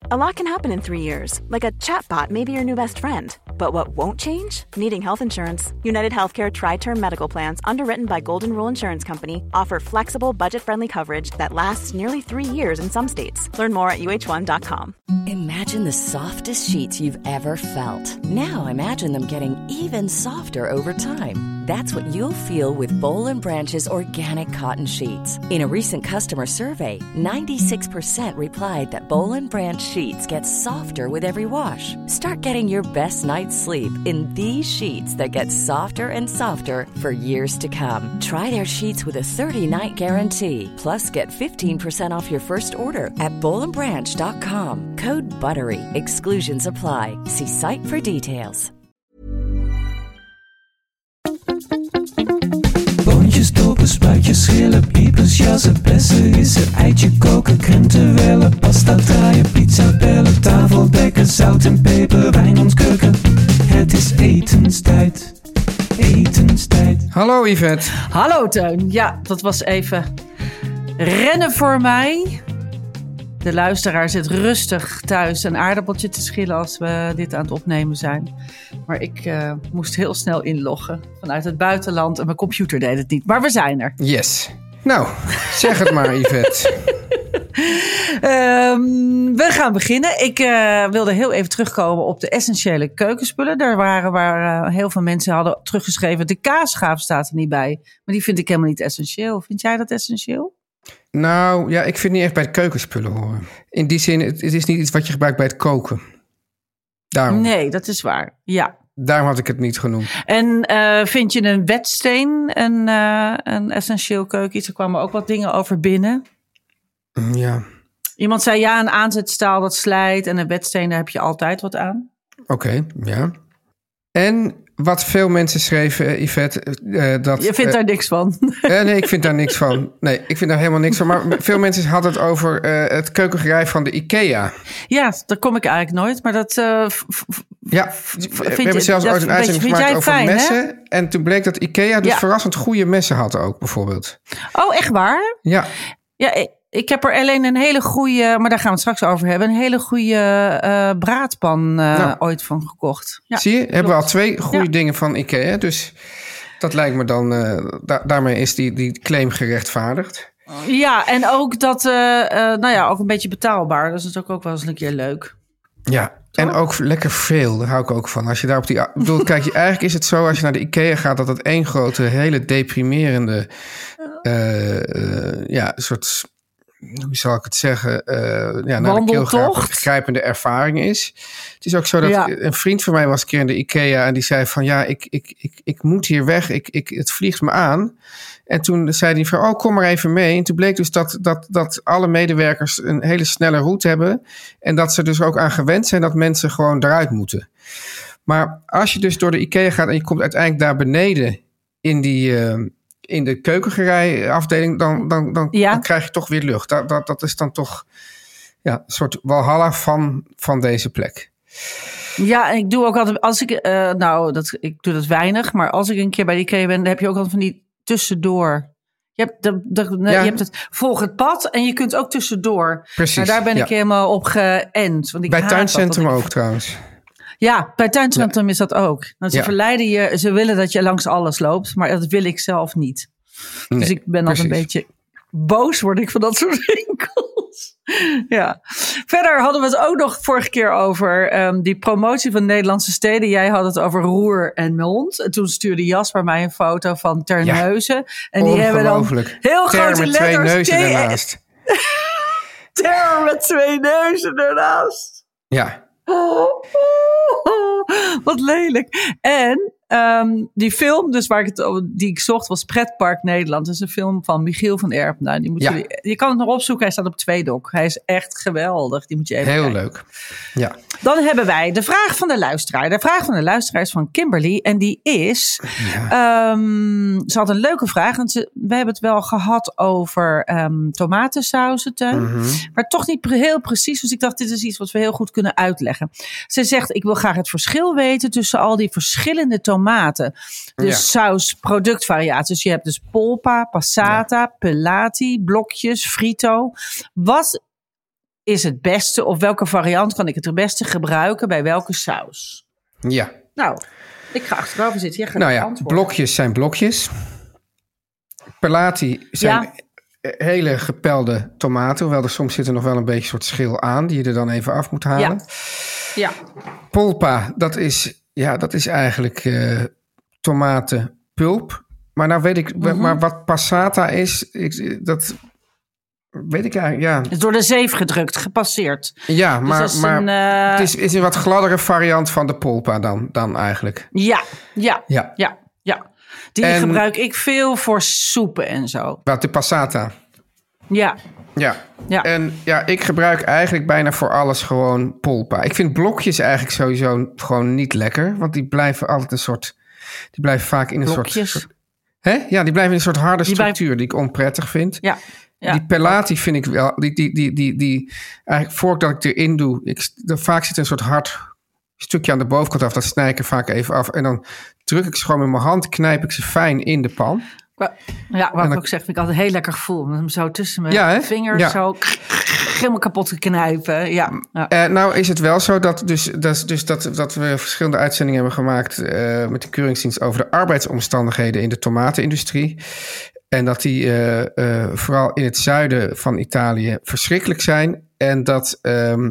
A lot can happen in 3 years, like a chatbot may be your new best friend. But what won't change? Needing health insurance. United Healthcare Tri-Term Medical Plans, underwritten by Golden Rule Insurance Company, offer flexible, budget-friendly coverage that lasts nearly 3 years in some states. Learn more at uh1.com. Imagine the softest sheets you've ever felt. Now imagine them getting even softer over time. That's what you'll feel with Boll & Branch's organic cotton sheets. In a recent customer survey, 96% replied that Boll & Branch sheets get softer with every wash. Start getting your best night's sleep in these sheets that get softer and softer for years to come. Try their sheets with a 30-night guarantee. Plus, get 15% off your first order at bollandbranch.com. Code BUTTERY. Exclusions apply. See site for details. Boontjes, dopen, spuitjes, schillen, piepers, jassen, bessen, rissen, eitje koken, krenten wellen, pasta draaien, pizza bellen, tafel dekken, zout en peper, wijn ontkurken. Het is etenstijd, etenstijd. Hallo Yvette. Hallo Teun. Ja, dat was even rennen voor mij. De luisteraar zit rustig thuis een aardappeltje te schillen als we dit aan het opnemen zijn. Maar ik moest heel snel inloggen vanuit het buitenland en mijn computer deed het niet. Maar we zijn er. Yes. Nou, zeg het maar Yvette. We gaan beginnen. Ik wilde heel even terugkomen op de essentiële keukenspullen. Daar waren waar heel veel mensen hadden teruggeschreven. De kaasschaaf staat er niet bij. Maar die vind ik helemaal niet essentieel. Vind jij dat essentieel? Nou, ja, ik vind niet echt bij de keukenspullen horen. In die zin, het is niet iets wat je gebruikt bij het koken. Daarom. Nee, dat is waar. Ja. Daarom had ik het niet genoemd. En vind je een wetsteen een essentieel keuken iets? Er kwamen ook wat dingen over binnen. Ja. Iemand zei ja, een aanzetstaal dat slijt en een wetsteen, daar heb je altijd wat aan. Oké, ja. En wat veel mensen schreven, Yvette... dat je vindt daar niks van? Nee, ik vind daar niks van. Nee, ik vind daar helemaal niks van. Maar veel mensen hadden het over het keukengerei van de IKEA. Ja, daar kom ik eigenlijk nooit. Maar dat... ja, we hebben zelfs ooit een uitzending gemaakt over fijn, messen. Hè? En toen bleek dat IKEA dus verrassend goede messen had ook, bijvoorbeeld. Oh, echt waar? Ja. Ja, ik heb er alleen een hele goede, maar daar gaan we het straks over hebben, een hele goede braadpan ooit van gekocht. Ja, zie je, hebben we al 2 goede dingen van IKEA. Dus dat lijkt me dan, daarmee is die claim gerechtvaardigd. Ja, en ook dat, ook een beetje betaalbaar. Dus dat is ook wel eens een keer leuk. Ja, en ook lekker veel, daar hou ik ook van. Als je daar op die... kijk, eigenlijk is het zo, als je naar de IKEA gaat, dat het één grote, hele deprimerende soort... Hoe zal ik het zeggen? Naar de keel grijpende ervaring is. Het is ook zo dat een vriend van mij was een keer in de IKEA en die zei van ja, ik moet hier weg. Het vliegt me aan. En toen zei hij van kom maar even mee. En toen bleek dus dat alle medewerkers een hele snelle route hebben. En dat ze dus ook aan gewend zijn dat mensen gewoon eruit moeten. Maar als je dus door de IKEA gaat en je komt uiteindelijk daar beneden in de keukengerei-afdeling, dan krijg je toch weer lucht. Dat is dan toch een soort walhalla van deze plek. Ja, en ik doe ook altijd, als ik, ik doe dat weinig, maar als ik een keer bij de IKEA ben, dan heb je ook altijd van die tussendoor. Je hebt het volg het pad en je kunt ook tussendoor. Precies. Maar daar ben ik helemaal op geënt. Want bij tuincentrum ook trouwens. Ja, bij tuincentrum is dat ook. Nou, ze verleiden je, ze willen dat je langs alles loopt, maar dat wil ik zelf niet. Nee, dus ik ben altijd een beetje boos, word ik van dat soort winkels. Ja. Verder hadden we het ook nog vorige keer over die promotie van Nederlandse steden. Jij had het over Roer en Mond. En toen stuurde Jasper mij een foto van Terneuzen. En die hebben dan heel grote letters. Ter met 2 neuzen ernaast. Ter met 2 neuzen ernaast. Ja. Wat lelijk. En die film, dus die ik zocht, was Pretpark Nederland. Dat is een film van Michiel van Erp. Nou, je kan het nog opzoeken. Hij staat op Tweedok. Hij is echt geweldig. Die moet je even kijken. Leuk. Ja. Dan hebben wij de vraag van de luisteraar. De vraag van de luisteraar is van Kimberly. En die is... ze had een leuke vraag. Want we hebben het wel gehad over tomatensauzen. Maar toch niet heel precies. Dus ik dacht, dit is iets wat we heel goed kunnen uitleggen. Ze zegt, ik wil graag het verschil weten tussen al die verschillende tomaten. Dus saus, productvariaties. Je hebt dus polpa, passata, pelati, blokjes, frito. Wat is het beste? Of welke variant kan ik het beste gebruiken bij welke saus? Ja. Nou, ik ga achterover zitten. Jij gaat antwoorden. Blokjes zijn blokjes. Pelati zijn hele gepelde tomaten. Hoewel er soms zit er nog wel een beetje een soort schil aan... die je er dan even af moet halen. Ja. Polpa, dat is eigenlijk tomatenpulp. Maar nou weet ik... Maar wat passata is, dat... Weet ik eigenlijk, ja. Het is door de zeef gedrukt, gepasseerd. Ja, maar het is een wat gladdere variant van de polpa dan eigenlijk. Ja. Die gebruik ik veel voor soepen en zo. Wat, de passata? Ja. En ik gebruik eigenlijk bijna voor alles gewoon polpa. Ik vind blokjes eigenlijk sowieso gewoon niet lekker. Want die blijven altijd die blijven vaak in een soort... Hè? Ja, die blijven in een soort harde structuur die ik onprettig vind. Ja. Die pelati vind ik wel... Die eigenlijk voordat ik erin doe... vaak zit een soort hard stukje aan de bovenkant af. Dat snij ik er vaak even af. En dan druk ik ze gewoon met mijn hand... knijp ik ze fijn in de pan. Ja, wat ik ook zeg, vind ik altijd een heel lekker gevoel. Om hem zo tussen mijn vingers zo helemaal kapot te knijpen. Ja. Nou is het wel zo dat we verschillende uitzendingen hebben gemaakt... met de Keuringsdienst over de arbeidsomstandigheden in de tomatenindustrie. En dat die vooral in het zuiden van Italië verschrikkelijk zijn. En dat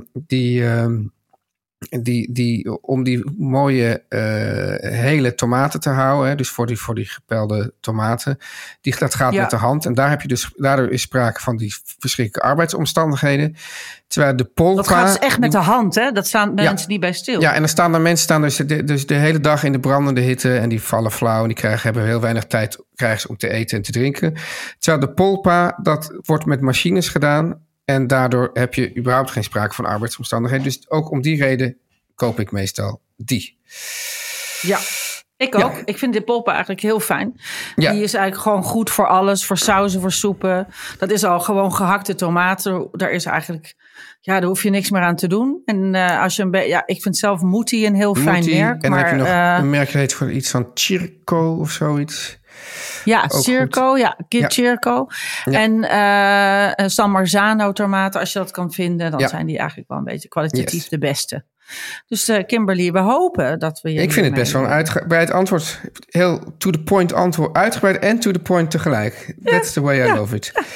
om die mooie hele tomaten te houden, dus voor die gepelde tomaten, dat gaat met de hand. En daardoor is sprake van die verschrikkelijke arbeidsomstandigheden. Terwijl de polpa... Dat gaat dus echt met de hand, hè? Dat staan mensen niet bij stil. Ja, en dan staan er mensen dus de hele dag in de brandende hitte en die vallen flauw en die hebben heel weinig tijd om te eten en te drinken. Terwijl de polpa, dat wordt met machines gedaan. En daardoor heb je überhaupt geen sprake van arbeidsomstandigheden. Dus ook om die reden koop ik meestal die. Ja, ik ook. Ja. Ik vind de polpa eigenlijk heel fijn. Ja. Die is eigenlijk gewoon goed voor alles. Voor sauzen, voor soepen. Dat is al gewoon gehakte tomaten. Daar is eigenlijk... Ja, daar hoef je niks meer aan te doen. En als je ik vind zelf Mutti een heel fijn merk. En dan heb je nog een merk dat heet voor iets van Circo of zoiets. Ja, Circo, Circo. Ja. En San Marzano tomaten, als je dat kan vinden, dan zijn die eigenlijk wel een beetje kwalitatief de beste. Dus Kimberly, we hopen dat we... Ik vind het best wel een uitgebreid antwoord. Heel to the point antwoord. Uitgebreid en to the point tegelijk. That's the way I love it. Ja.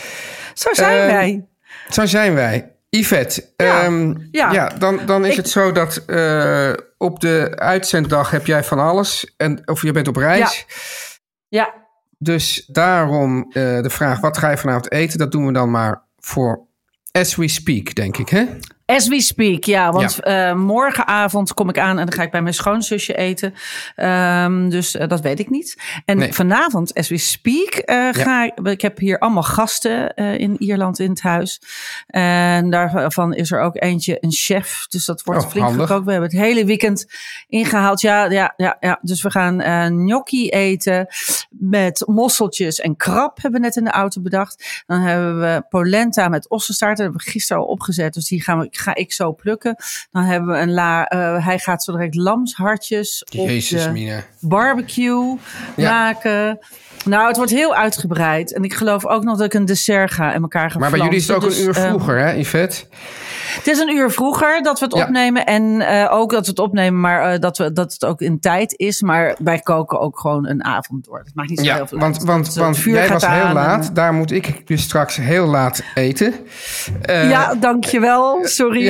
Zo zijn wij. Yvette, dan is het zo dat op de uitzenddag heb jij van alles. Of je bent op reis. Ja. Dus daarom de vraag, wat ga je vanavond eten? Dat doen we dan maar voor as we speak, denk ik, hè? As we speak, want morgenavond kom ik aan en dan ga ik bij mijn schoonzusje eten. Dus dat weet ik niet. En vanavond, as we speak, ik heb hier allemaal gasten in Ierland in het huis. En daarvan is er ook eentje een chef. Dus dat wordt flink gekookt. We hebben het hele weekend ingehaald. Ja. Dus we gaan gnocchi eten met mosseltjes en krab, hebben we net in de auto bedacht. Dan hebben we polenta met ossenstaart. Dat hebben we gisteren al opgezet. Dus die ga ik zo plukken. Dan hebben we hij gaat zo direct lamshartjes op de barbecue maken. Nou, het wordt heel uitgebreid. En ik geloof ook nog dat ik een dessert ga in elkaar ga Maar bij jullie is het ook een uur vroeger, hè, Yvette? Het is een uur vroeger dat we het opnemen. En ook dat we het opnemen, maar dat het ook in tijd is. Maar wij koken ook gewoon een avond door. Dat maakt niet zo heel veel uit. Want jij was heel laat. Daar moet ik dus straks heel laat eten. Dankjewel. Sorry.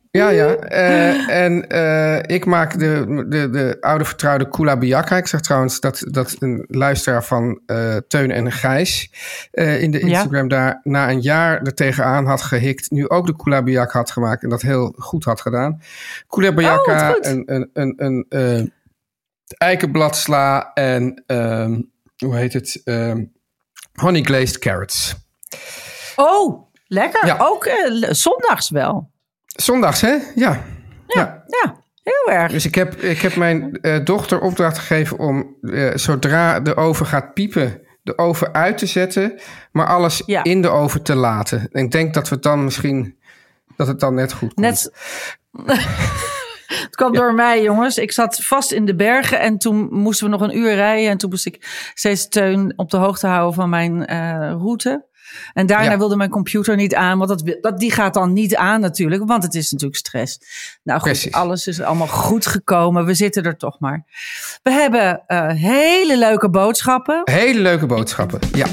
En ik maak de oude vertrouwde Kula Biaka. Ik zag trouwens dat een luisteraar van Teun en Gijs in de Instagram daar na een jaar er tegenaan had gehikt. Nu ook de Kula Biaka had gemaakt en dat heel goed had gedaan. Kula Biaka, een eikenbladsla en hoe heet het? Honey glazed carrots. Oh, lekker. Ja. Ook zondags wel. Zondags, hè? Ja, heel erg. Dus ik heb mijn dochter opdracht gegeven om zodra de oven gaat piepen, de oven uit te zetten, maar alles in de oven te laten. En ik denk dat we dan misschien, dat het dan net goed komt. Het kwam door mij, jongens. Ik zat vast in de bergen en toen moesten we nog een uur rijden. En toen moest ik steeds Teun op de hoogte houden van mijn route. En daarna wilde mijn computer niet aan. Want die gaat dan niet aan natuurlijk. Want het is natuurlijk stress. Nou goed, precies. Alles is allemaal goed gekomen. We zitten er toch maar. We hebben hele leuke boodschappen. Hele leuke boodschappen, ja.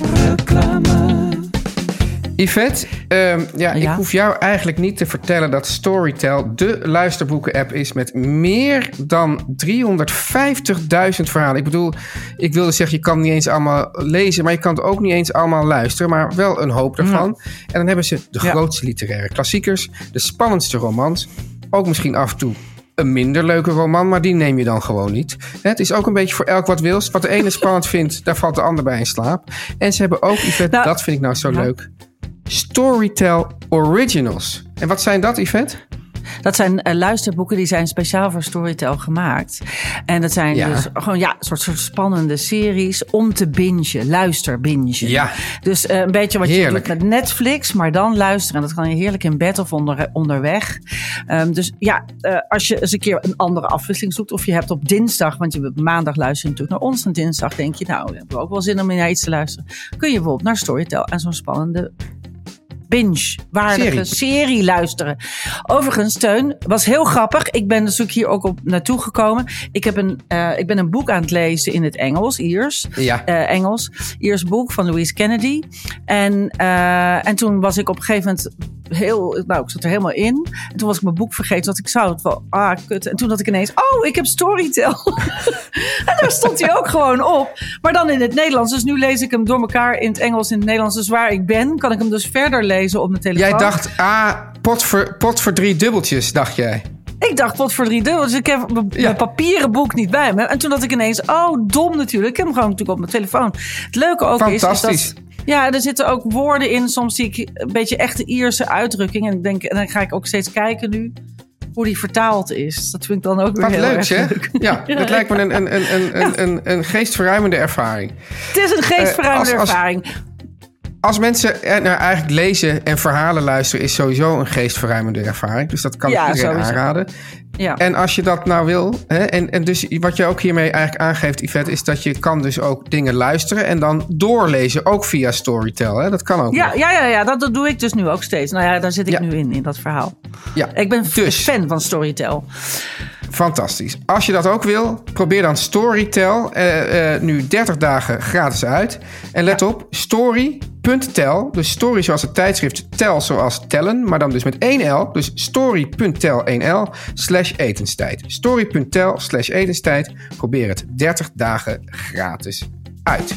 Yvette, ik hoef jou eigenlijk niet te vertellen dat Storytel de luisterboeken-app is met meer dan 350.000 verhalen. Ik bedoel, ik wilde zeggen, je kan niet eens allemaal lezen, maar je kan het ook niet eens allemaal luisteren, maar wel een hoop ervan. Ja. En dan hebben ze de grootste literaire klassiekers, de spannendste romans, ook misschien af en toe een minder leuke roman, maar die neem je dan gewoon niet. Het is ook een beetje voor elk wat wils. Wat de ene spannend vindt, daar valt de ander bij in slaap. En ze hebben ook, Yvette, dat vind ik nou zo leuk, Storytel Originals. En wat zijn dat, Yvette? Dat zijn luisterboeken die zijn speciaal voor Storytel gemaakt. En dat zijn dus gewoon een soort spannende series om te bingen. Luisterbingen. Ja. Dus een beetje wat je doet met Netflix, maar dan luisteren. En dat kan je heerlijk in bed of onderweg. Als je eens een keer een andere afwisseling zoekt. Of je hebt op dinsdag, want je maandag luister je natuurlijk naar ons. En dinsdag denk je, nou, we hebben ook wel zin om naar iets te luisteren. Kun je bijvoorbeeld naar Storytel en zo'n spannende binge-waardige serie luisteren. Overigens, Teun, was heel grappig. Ik ben dus ook hier ook op naartoe gekomen. Ik ben een boek aan het lezen in het Engels, Iers. Ja. Iers boek van Louise Kennedy. En toen was ik op een gegeven moment ik zat er helemaal in. En toen was ik mijn boek vergeten, want ik zou het wel, kut. En toen had ik ineens, ik heb Storytel. En daar stond hij ook gewoon op. Maar dan in het Nederlands. Dus nu lees ik hem door elkaar in het Engels, in het Nederlands. Dus waar ik ben, kan ik hem dus verder lezen op mijn telefoon. Jij dacht, pot voor 3 dubbeltjes, dacht jij. Ik dacht, pot voor 3 dubbeltjes. Ik heb mijn papieren boek niet bij me. En toen had ik ineens, dom natuurlijk. Ik heb hem gewoon natuurlijk op mijn telefoon. Het leuke ook is dat... Ja, er zitten ook woorden in. Soms zie ik een beetje echte Ierse uitdrukking. En dan ga ik ook steeds kijken nu hoe die vertaald is. Dat vind ik dan ook weer heel erg leuk. Ja, dat lijkt me een geestverruimende ervaring. Het is een geestverruimende ervaring. Als mensen eigenlijk lezen en verhalen luisteren, is sowieso een geestverruimende ervaring. Dus dat kan ik iedereen aanraden. Ja. En als je dat nou wil, en dus wat je ook hiermee eigenlijk aangeeft, Yvette, is dat je kan dus ook dingen luisteren en dan doorlezen, ook via Storytel. Hè? Dat kan ook. Ja, dat doe ik dus nu ook steeds. Nou ja, daar zit ik nu in dat verhaal. Ja. Ik ben fan van Storytel. Fantastisch. Als je dat ook wil, probeer dan Storytel nu 30 dagen gratis uit. En let op, story.tel, dus story zoals het tijdschrift, tel zoals tellen, maar dan dus met 1 L. Dus story.tel 1 L /etenstijd. Story.tel /etenstijd. Probeer het 30 dagen gratis uit.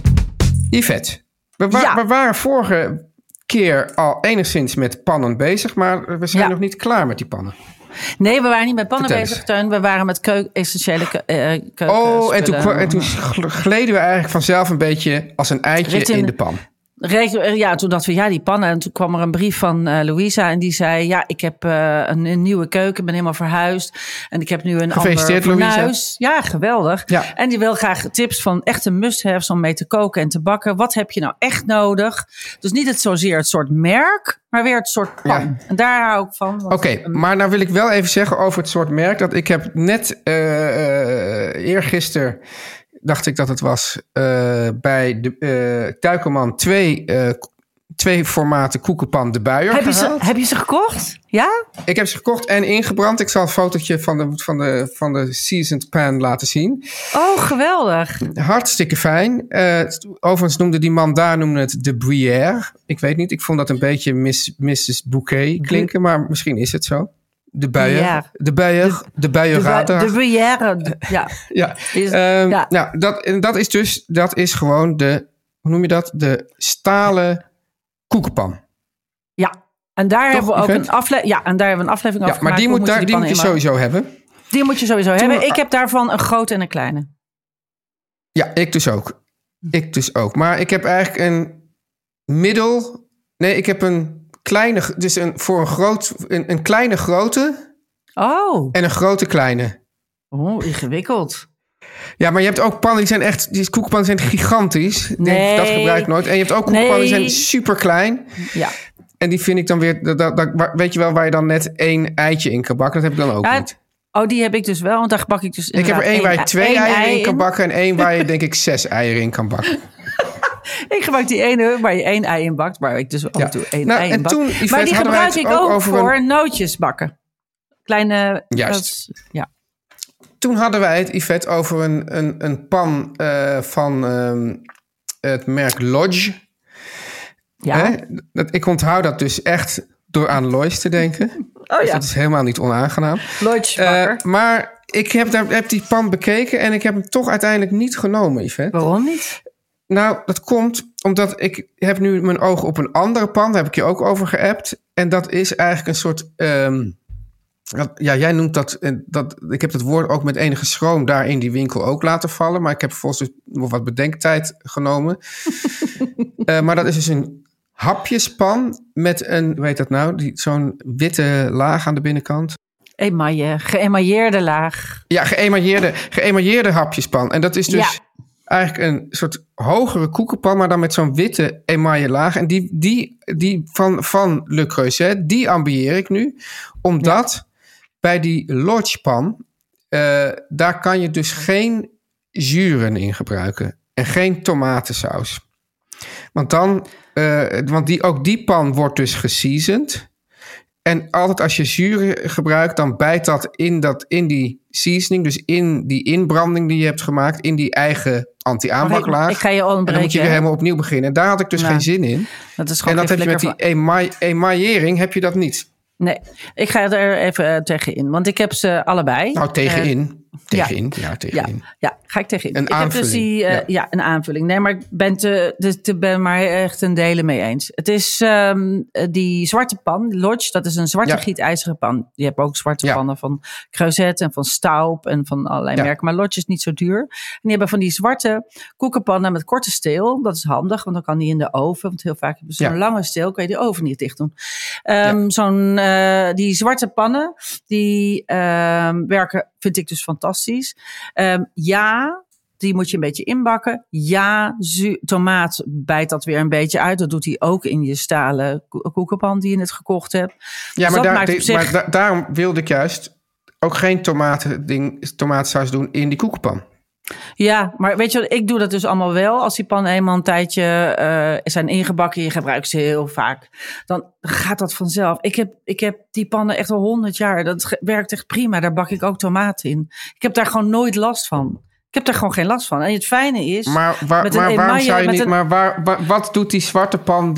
Yvette, we waren vorige keer al enigszins met pannen bezeg, maar we zijn nog niet klaar met die pannen. Nee, we waren niet met pannen bezig, Teun. We waren met essentiële keuken. En toen gleden we eigenlijk vanzelf een beetje als een eitje in de pan. Ja, toen dachten we, die pannen. En toen kwam er een brief van Louisa en die zei, ik heb een nieuwe keuken, ben helemaal verhuisd. En ik heb nu een ander fornuis. Ja, geweldig. Ja. En die wil graag tips van echte must-haves om mee te koken en te bakken. Wat heb je nou echt nodig? Dus niet zozeer het soort merk, maar weer het soort pan. Ja. En daar hou ik van. Oké, maar nou wil ik wel even zeggen over het soort merk, dat ik heb net eergisteren, dacht ik dat het was, bij de Tuikelman 2 formaten koekenpan de Buier gehaald. Heb je ze gekocht? Ja? Ik heb ze gekocht en ingebrand. Ik zal een fotootje van de seasoned pan laten zien. Oh, geweldig. Hartstikke fijn. Overigens noemde die man daar het de Bruyère. Ik weet niet, ik vond dat een beetje Mrs. Bouquet klinken, maar misschien is het zo. De Buier. De Buier. De Bruyère. Ja. Dat is gewoon de, hoe noem je dat? De stalen koekenpan. Ja, en daar hebben we ook een aflevering over gemaakt. Maar die moet je sowieso hebben. Die moet je sowieso hebben. Ik heb daarvan een grote en een kleine. Ja, ik dus ook. Maar ik heb eigenlijk ik heb een kleine, dus een kleine grote. Oh. En een grote kleine. Oh, ingewikkeld. Ja, maar je hebt ook pannen die koekenpannen zijn gigantisch. Nee. Dat gebruik ik nooit. En je hebt ook koekenpannen die zijn super klein. Ja. En die vind ik dan weer, weet je wel, waar je dan net 1 eitje in kan bakken. Dat heb ik dan ook niet. Oh, die heb ik dus wel, want daar bak ik dus. Ik heb er 1 waar je 2 eieren in kan bakken en 1 waar je denk ik 6 eieren in kan bakken. Ik gebruik die ene waar je 1 ei in bakt, waar ik dus ook doe 1 ei in bak. Maar die gebruik ik ook voor nootjes bakken. Kleine... Juist. Toen hadden wij het, Yvette, over een pan van het merk Lodge. Ja. Ik onthoud dat dus echt door aan Lois te denken. Dus dat is helemaal niet onaangenaam. Lodge bakker. Maar ik heb die pan bekeken en ik heb hem toch uiteindelijk niet genomen, Yvette. Waarom niet? Nou, dat komt omdat ik heb nu mijn ogen op een andere pan. Daar heb ik je ook over geappt. En dat is eigenlijk een soort... jij noemt dat... Ik heb dat woord ook met enige schroom daar in die winkel ook laten vallen. Maar ik heb vervolgens dus nog wat bedenktijd genomen. Maar dat is dus een hapjespan met een... Hoe heet dat nou? Zo'n witte laag aan de binnenkant. Geëmailleerde laag. Ja, geëmailleerde hapjespan. En dat is dus... eigenlijk een soort hogere koekenpan, maar dan met zo'n witte emaille laag. En die van Le Creuset, die ambieer ik nu. Omdat bij die Lodge pan, daar kan je dus geen zuren in gebruiken. En geen tomatensaus. Want ook die pan wordt dus geseasoned. En altijd als je zuren gebruikt, dan bijt dat in die seasoning. Dus in die inbranding die je hebt gemaakt. In die eigen anti-aanbaklaag. Ik ga je onderbreken. En dan moet je weer helemaal opnieuw beginnen. En daar had ik dus geen zin in. Dat is en dat heb je met die emaillering heb je dat niet. Nee, ik ga er even tegenin. Want ik heb ze allebei. Nou, tegenin. Tegenin. Ja, ga ik tegenin. Een aanvulling. Heb dus een aanvulling. Nee, maar ik ben maar echt een delen mee eens. Het is die zwarte pan, Lodge, dat is een zwarte gietijzeren pan. Je hebt ook zwarte pannen van Creuset en van Staub en van allerlei merken. Maar Lodge is niet zo duur. En die hebben van die zwarte koekenpannen met korte steel. Dat is handig, want dan kan die in de oven. Want heel vaak hebben ze zo'n lange steel, kan je die oven niet dicht doen. Die zwarte pannen, die werken, vind ik dus fantastisch. Die moet je een beetje inbakken. Tomaat bijt dat weer een beetje uit. Dat doet hij ook in je stalen koekenpan die je net gekocht hebt. Ja, dus maar daarom wilde ik juist ook geen tomatensaus doen in die koekenpan. Ja, maar weet je wat, ik doe dat dus allemaal wel. Als die pannen eenmaal een tijdje zijn ingebakken, je gebruikt ze heel vaak, dan gaat dat vanzelf. Ik heb die pannen echt al 100 jaar. Dat werkt echt prima. Daar bak ik ook tomaten in. Ik heb daar gewoon nooit last van. Ik heb daar gewoon geen last van. En het fijne is... waarom zou je niet... Maar wat doet die zwarte pan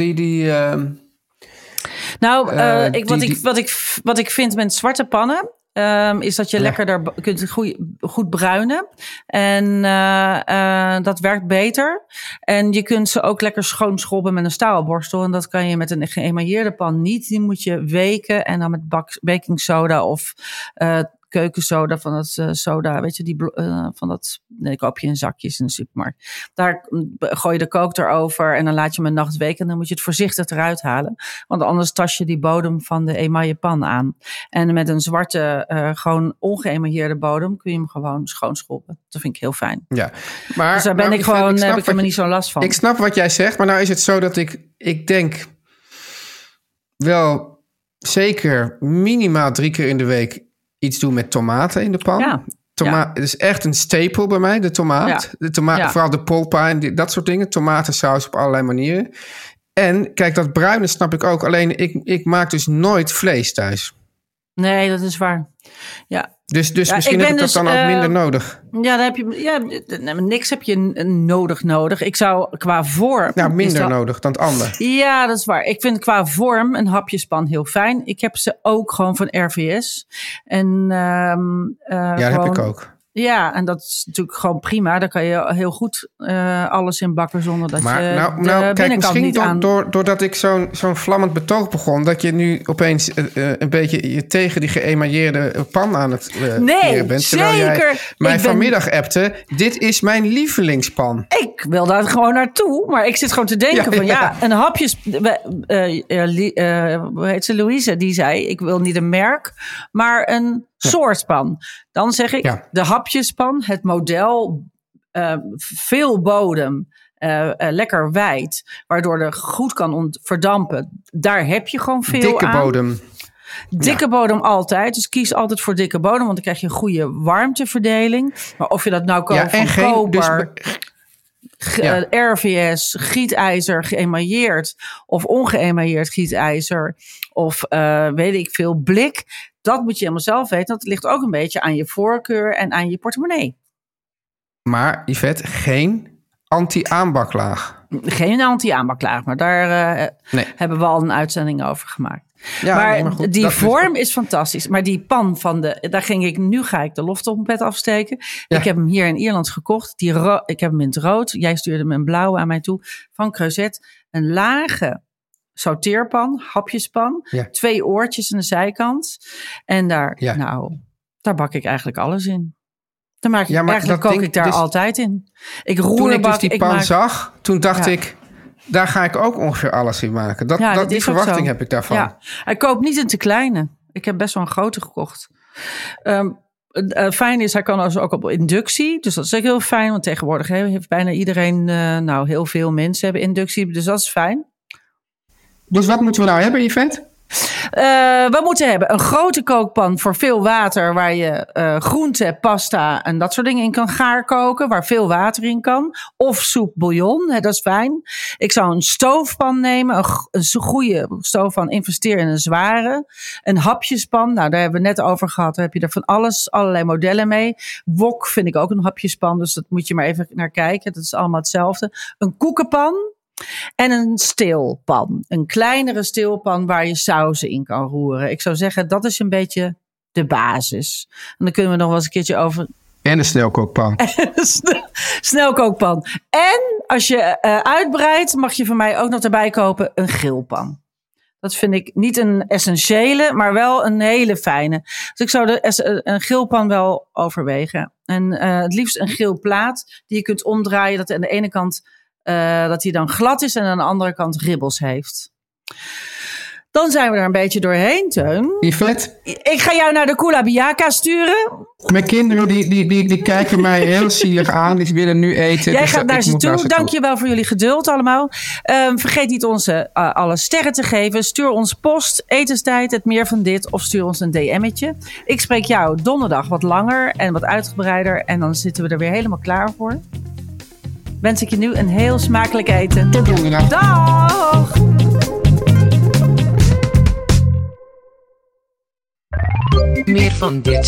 Wat ik vind met zwarte pannen... is dat je lekker daar kunt goed bruinen. En dat werkt beter. En je kunt ze ook lekker schoon schrobben met een staalborstel. En dat kan je met een geëmailleerde pan niet. Die moet je weken en dan met baking soda of keukensoda van dat soda, weet je, die koop je in zakjes in de supermarkt. Daar gooi je de kook erover en dan laat je hem een nacht weken en dan moet je het voorzichtig eruit halen, want anders tas je die bodem van de emaille pan aan. En met een zwarte, gewoon ongeëmailleerde bodem kun je hem gewoon schoonschrobben. Dat vind ik heel fijn. Ja, maar dus daar heb ik er niet zo last van. Ik snap wat jij zegt, maar nou is het zo dat ik denk wel zeker minimaal 3 keer in de week iets doen met tomaten in de pan. Ja. Het is echt een staple bij mij, de tomaat. Ja. De tomaat, vooral de polpa en dat soort dingen. Tomatensaus op allerlei manieren. En kijk, dat bruine snap ik ook. Alleen ik maak dus nooit vlees thuis. Nee, dat is waar. Ja. Dus misschien heb ik dat dan ook minder nodig. Ja, dan heb je niks heb je nodig. Ik zou qua vorm... Nou, minder nodig dan het ander. Ja, dat is waar. Ik vind qua vorm een hapjespan heel fijn. Ik heb ze ook gewoon van RVS. En, dat heb ik ook. Ja, en dat is natuurlijk gewoon prima. Daar kan je heel goed alles in bakken zonder dat je de binnenkant niet aan... Doordat ik zo'n vlammend betoog begon, dat je nu opeens een beetje je tegen die geëmailleerde pan aan het keren bent. Terwijl jij mij vanmiddag appte, dit is mijn lievelingspan. Ik wil daar gewoon naartoe, maar ik zit gewoon te denken van een hapjes... hoe heet ze, Louise, die zei, ik wil niet een merk, maar een soort pan. Dan zeg ik, de hapjespan, het model, veel bodem, lekker wijd, waardoor er goed kan verdampen. Daar heb je gewoon veel dikke aan. Bodem. Dikke bodem altijd. Dus kies altijd voor dikke bodem, want dan krijg je een goede warmteverdeling. Maar of je dat nou koopt van koper... RVS, gietijzer, geëmailleerd of ongeëmailleerd gietijzer of weet ik veel, blik. Dat moet je helemaal zelf weten. Dat ligt ook een beetje aan je voorkeur en aan je portemonnee. Maar Yvette, geen anti-aanbaklaag. Geen anti-aanbaklaag, maar daar hebben we al een uitzending over gemaakt. Ja, maar goed, die vorm is fantastisch. Maar die pan nu ga ik de loftrompet afsteken. Ja. Ik heb hem hier in Ierland gekocht. Ik heb hem in het rood. Jij stuurde hem in blauw aan mij toe. Van Creuset. Een lage sauteerpan, hapjespan. Ja. 2 oortjes aan de zijkant. En daar bak ik eigenlijk alles in. Kook ik daar dus altijd in. Toen ik dus die pan zag, toen dacht ik, daar ga ik ook ongeveer alles in maken. Die verwachting heb ik daarvan. Ja. Hij koopt niet een te kleine. Ik heb best wel een grote gekocht. Fijn is, hij kan dus ook op inductie. Dus dat is ook heel fijn. Want tegenwoordig heeft bijna iedereen, heel veel mensen hebben inductie. Dus dat is fijn. Dus wat moeten we nou hebben, Yvette? We moeten hebben een grote kookpan voor veel water, waar je groente, pasta en dat soort dingen in kan gaarkoken, waar veel water in kan. Of soep, bouillon, dat is fijn. Ik zou een stoofpan nemen, een goede stoofpan. Investeer in een zware. Een hapjespan, daar hebben we net over gehad. Daar heb je er van allerlei modellen mee. Wok vind ik ook een hapjespan, dus dat moet je maar even naar kijken. Dat is allemaal hetzelfde. Een koekenpan. En een steelpan. Een kleinere steelpan waar je sauzen in kan roeren. Ik zou zeggen, dat is een beetje de basis. En dan kunnen we nog wel eens een keertje over... En een snelkookpan. Snelkookpan. En als je uitbreidt, mag je van mij ook nog erbij kopen een grillpan. Dat vind ik niet een essentiële, maar wel een hele fijne. Dus ik zou een grillpan wel overwegen. En het liefst een grillplaat die je kunt omdraaien. Dat aan de ene kant... dat hij dan glad is en aan de andere kant ribbels heeft. Dan zijn we er een beetje doorheen, Teun. Yvette? Ik ga jou naar de Kula Biaka sturen. Mijn kinderen die kijken mij heel zielig aan. Die willen nu eten. Jij gaat naar ze toe. Dank je wel voor jullie geduld allemaal. Vergeet niet ons alle sterren te geven. Stuur ons post, etenstijd, het meer van dit. Of stuur ons een DM'tje. Ik spreek jou donderdag wat langer en wat uitgebreider. En dan zitten we er weer helemaal klaar voor. Wens ik je nu een heel smakelijk eten. Tot donderdag. Dag! Meer van dit.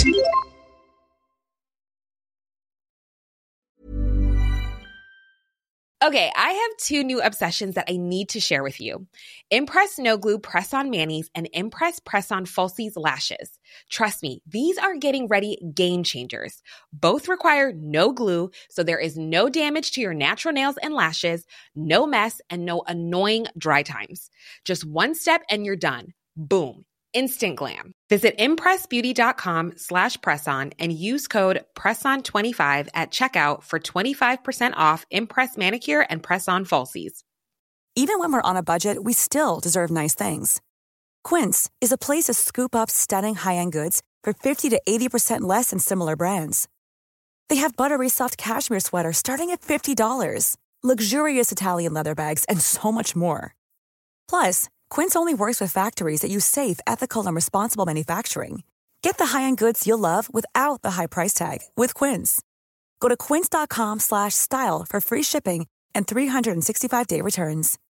Okay, I have 2 new obsessions that I need to share with you. Impress No Glue Press-On Manis and Impress Press-On Falsies Lashes. Trust me, these are getting ready game changers. Both require no glue, so there is no damage to your natural nails and lashes, no mess, and no annoying dry times. Just one step and you're done. Boom. Instant glam. Visit impressbeauty.com/presson and use code PRESSON25 at checkout for 25% off Impress Manicure and Press-On Falsies. Even when we're on a budget, we still deserve nice things. Quince is a place to scoop up stunning high-end goods for 50 to 80% less than similar brands. They have buttery soft cashmere sweaters starting at $50, luxurious Italian leather bags, and so much more. Plus, Quince only works with factories that use safe, ethical, and responsible manufacturing. Get the high-end goods you'll love without the high price tag with Quince. Go to quince.com/style for free shipping and 365-day returns.